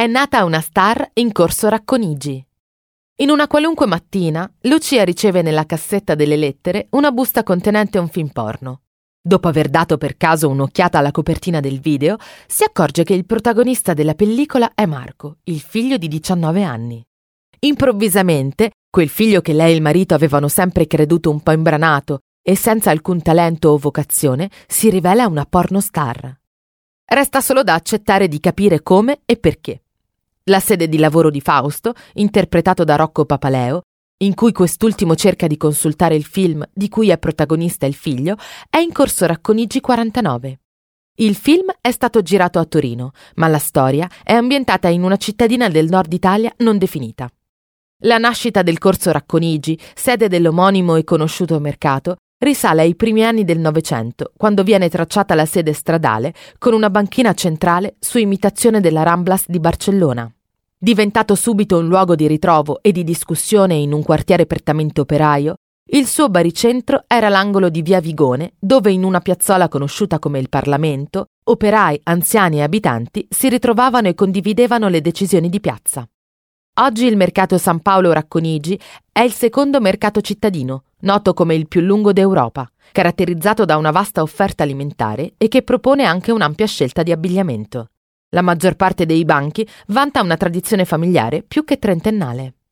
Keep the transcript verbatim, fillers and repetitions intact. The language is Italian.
È nata una star in Corso Racconigi. In una qualunque mattina, Lucia riceve nella cassetta delle lettere una busta contenente un film porno. Dopo aver dato per caso un'occhiata alla copertina del video, si accorge che il protagonista della pellicola è Marco, il figlio di diciannove anni. Improvvisamente, quel figlio che lei e il marito avevano sempre creduto un po' imbranato e senza alcun talento o vocazione, si rivela una pornostar. Resta solo da accettare di capire come e perché. La sede di lavoro di Fausto, interpretato da Rocco Papaleo, in cui quest'ultimo cerca di consultare il film di cui è protagonista il figlio, è in Corso Racconigi quarantanove. Il film è stato girato a Torino, ma la storia è ambientata in una cittadina del nord Italia non definita. La nascita del Corso Racconigi, sede dell'omonimo e conosciuto mercato, risale ai primi anni del Novecento, quando viene tracciata la sede stradale con una banchina centrale su imitazione della Ramblas di Barcellona. Diventato subito un luogo di ritrovo e di discussione in un quartiere prettamente operaio, il suo baricentro era l'angolo di via Vigone, dove in una piazzola conosciuta come il Parlamento, operai, anziani e abitanti si ritrovavano e condividevano le decisioni di piazza. Oggi il mercato San Paolo Racconigi è il secondo mercato cittadino, noto come il più lungo d'Europa, caratterizzato da una vasta offerta alimentare e che propone anche un'ampia scelta di abbigliamento. La maggior parte dei banchi vanta una tradizione familiare più che trentennale.